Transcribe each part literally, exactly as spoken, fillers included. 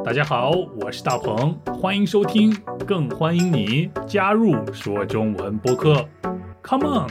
大家好，我是大鹏，欢迎收听，更欢迎你加入说中文播客 Come on。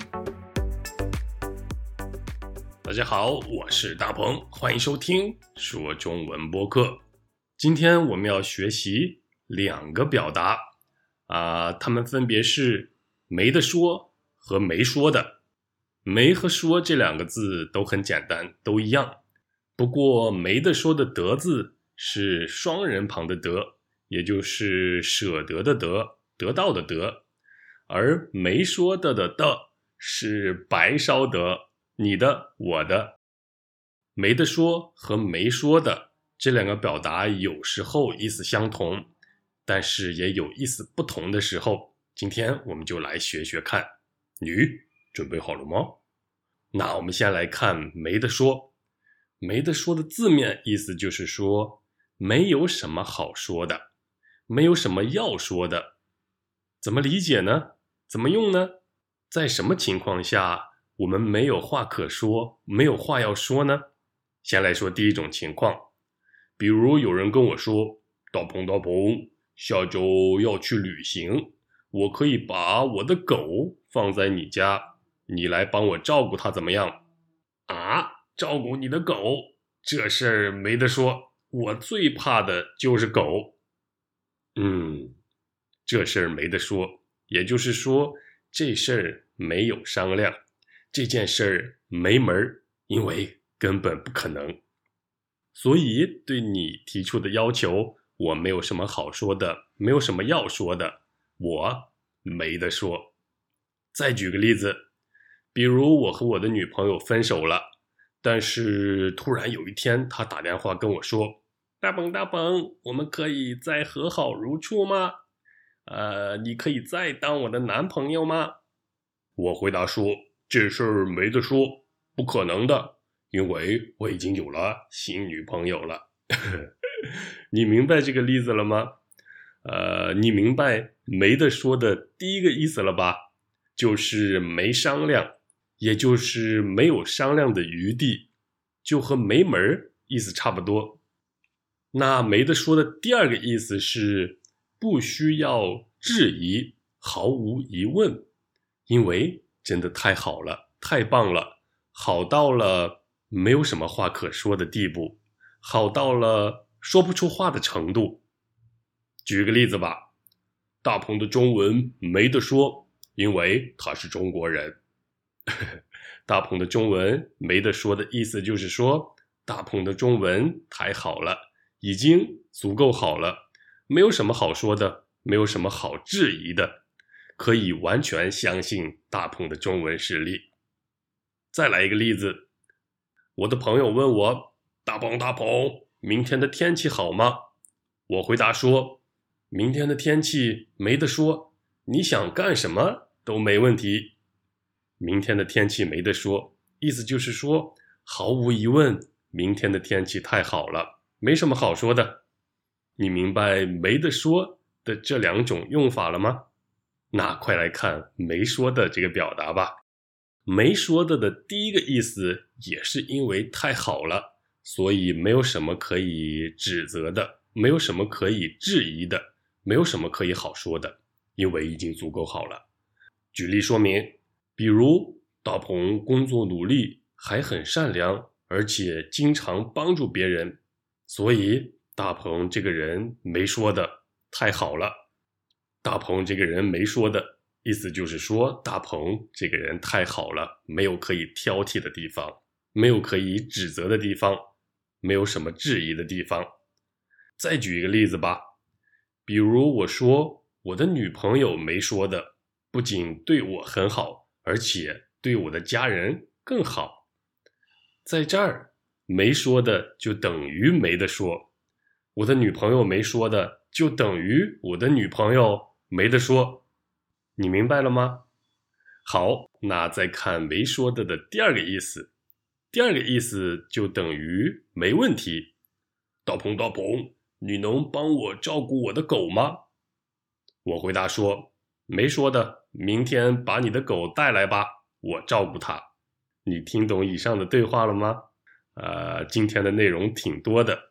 大家好，我是大鹏，欢迎收听说中文播客。今天我们要学习两个表达啊、呃，它们分别是没得说和没说的。没和说这两个字都很简单，都一样。不过没得说的得字是双人旁的得，也就是舍得的得，得到的得。而没说的的的是白烧的，你的我的。没得说和没说的这两个表达有时候意思相同，但是也有意思不同的时候。今天我们就来学学看。你准备好了吗？那我们先来看没得说。没得说的字面意思就是说没有什么好说的，没有什么要说的。怎么理解呢？怎么用呢？在什么情况下我们没有话可说，没有话要说呢？先来说第一种情况，比如有人跟我说，大鹏大鹏，下周要去旅行，我可以把我的狗放在你家，你来帮我照顾它怎么样？啊，照顾你的狗，这事儿没得说，我最怕的就是狗。嗯，这事儿没得说，也就是说这事儿没有商量，这件事儿没门，因为根本不可能。所以对你提出的要求，我没有什么好说的，没有什么要说的，我没得说。再举个例子，比如我和我的女朋友分手了，但是突然有一天她打电话跟我说，大鹏大鹏，我们可以再和好如初吗？呃，你可以再当我的男朋友吗？我回答说，这事儿没得说，不可能的，因为我已经有了新女朋友了。你明白这个例子了吗？呃，你明白没得说的第一个意思了吧？就是没商量，也就是没有商量的余地，就和没门意思差不多。那没得说的第二个意思是不需要质疑，毫无疑问，因为真的太好了，太棒了，好到了没有什么话可说的地步，好到了说不出话的程度。举个例子吧，大鹏的中文没得说，因为他是中国人。大鹏的中文没得说的意思就是说，大鹏的中文太好了，已经足够好了，没有什么好说的，没有什么好质疑的，可以完全相信大鹏的中文实力。再来一个例子，我的朋友问我，大鹏大鹏，明天的天气好吗？我回答说，明天的天气没得说，你想干什么都没问题。明天的天气没得说，意思就是说，毫无疑问，明天的天气太好了，没什么好说的。你明白没得说的这两种用法了吗？那快来看没说的这个表达吧。没说的的第一个意思也是因为太好了，所以没有什么可以指责的，没有什么可以质疑的，没有什么可以好说的，因为已经足够好了。举例说明，比如大鹏工作努力，还很善良，而且经常帮助别人，所以大鹏这个人没说的太好了。大鹏这个人没说的意思就是说，大鹏这个人太好了，没有可以挑剔的地方，没有可以指责的地方，没有什么质疑的地方。再举一个例子吧，比如我说我的女朋友没说的，不仅对我很好，而且对我的家人更好。在这儿没说的就等于没得说，我的女朋友没说的就等于我的女朋友没得说。你明白了吗？好，那再看没说的的第二个意思。第二个意思就等于没问题。大鹏大鹏，你能帮我照顾我的狗吗？我回答说，没说的，明天把你的狗带来吧，我照顾它。你听懂以上的对话了吗？呃，今天的内容挺多的，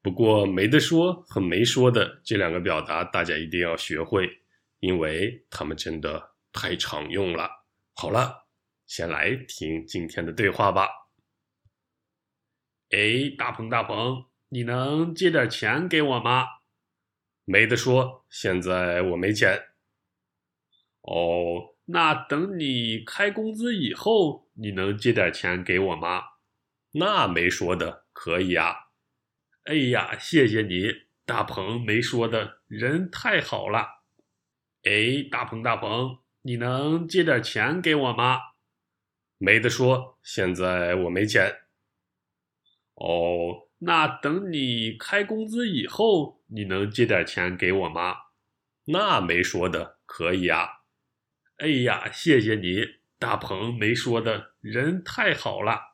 不过没得说和没说的这两个表达大家一定要学会，因为它们真的太常用了。好了，先来听今天的对话吧。 哎，大鹏大鹏，你能借点钱给我吗？ 没得说，现在我没钱。 哦，那等你开工资以后，你能借点钱给我吗？ 那没说的，可以啊。 哎呀，谢谢你，大鹏没说的，人太好了。哎，大鹏大鹏，你能借点钱给我吗？ 没得说，现在我没钱。 哦，那等你开工资以后，你能借点钱给我吗？ 那没说的，可以啊。 哎呀，谢谢你，大鹏没说的，人太好了。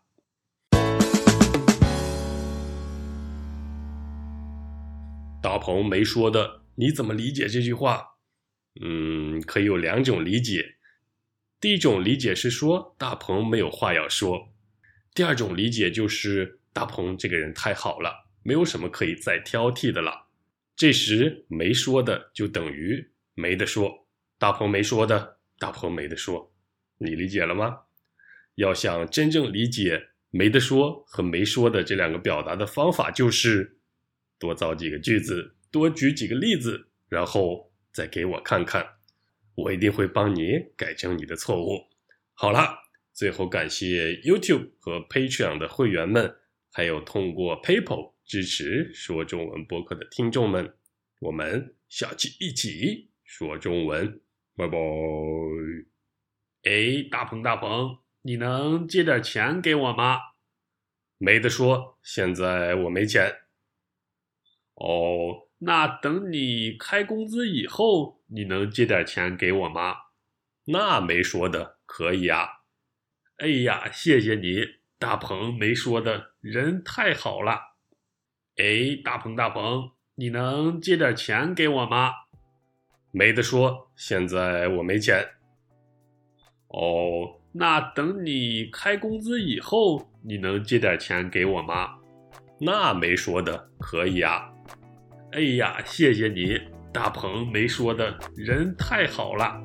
大鹏没说的，你怎么理解这句话？嗯，可以有两种理解。第一种理解是说大鹏没有话要说，第二种理解就是大鹏这个人太好了，没有什么可以再挑剔的了。这时没说的就等于没得说，大鹏没说的，大鹏没得说。你理解了吗？要想真正理解没得说和没说的这两个表达的方法，就是多造几个句子，多举几个例子，然后再给我看看，我一定会帮你改正你的错误。好了，最后感谢 YouTube 和 Patreon 的会员们，还有通过 PayPal 支持说中文播客的听众们，我们下期一起说中文，拜拜。 哎，大鹏大鹏，你能借点钱给我吗？ 没得说，现在我没钱。 哦，那等你开工资以后，你能借点钱给我吗？ 那没说的，可以啊。 哎呀，谢谢你，大鹏没说的，人太好了。哎，大鹏大鹏，你能借点钱给我吗？ 没得说，现在我没钱。 哦，那等你开工资以后，你能借点钱给我吗？ 那没说的，可以啊。 哎呀，谢谢你，大鹏没说的，人太好了。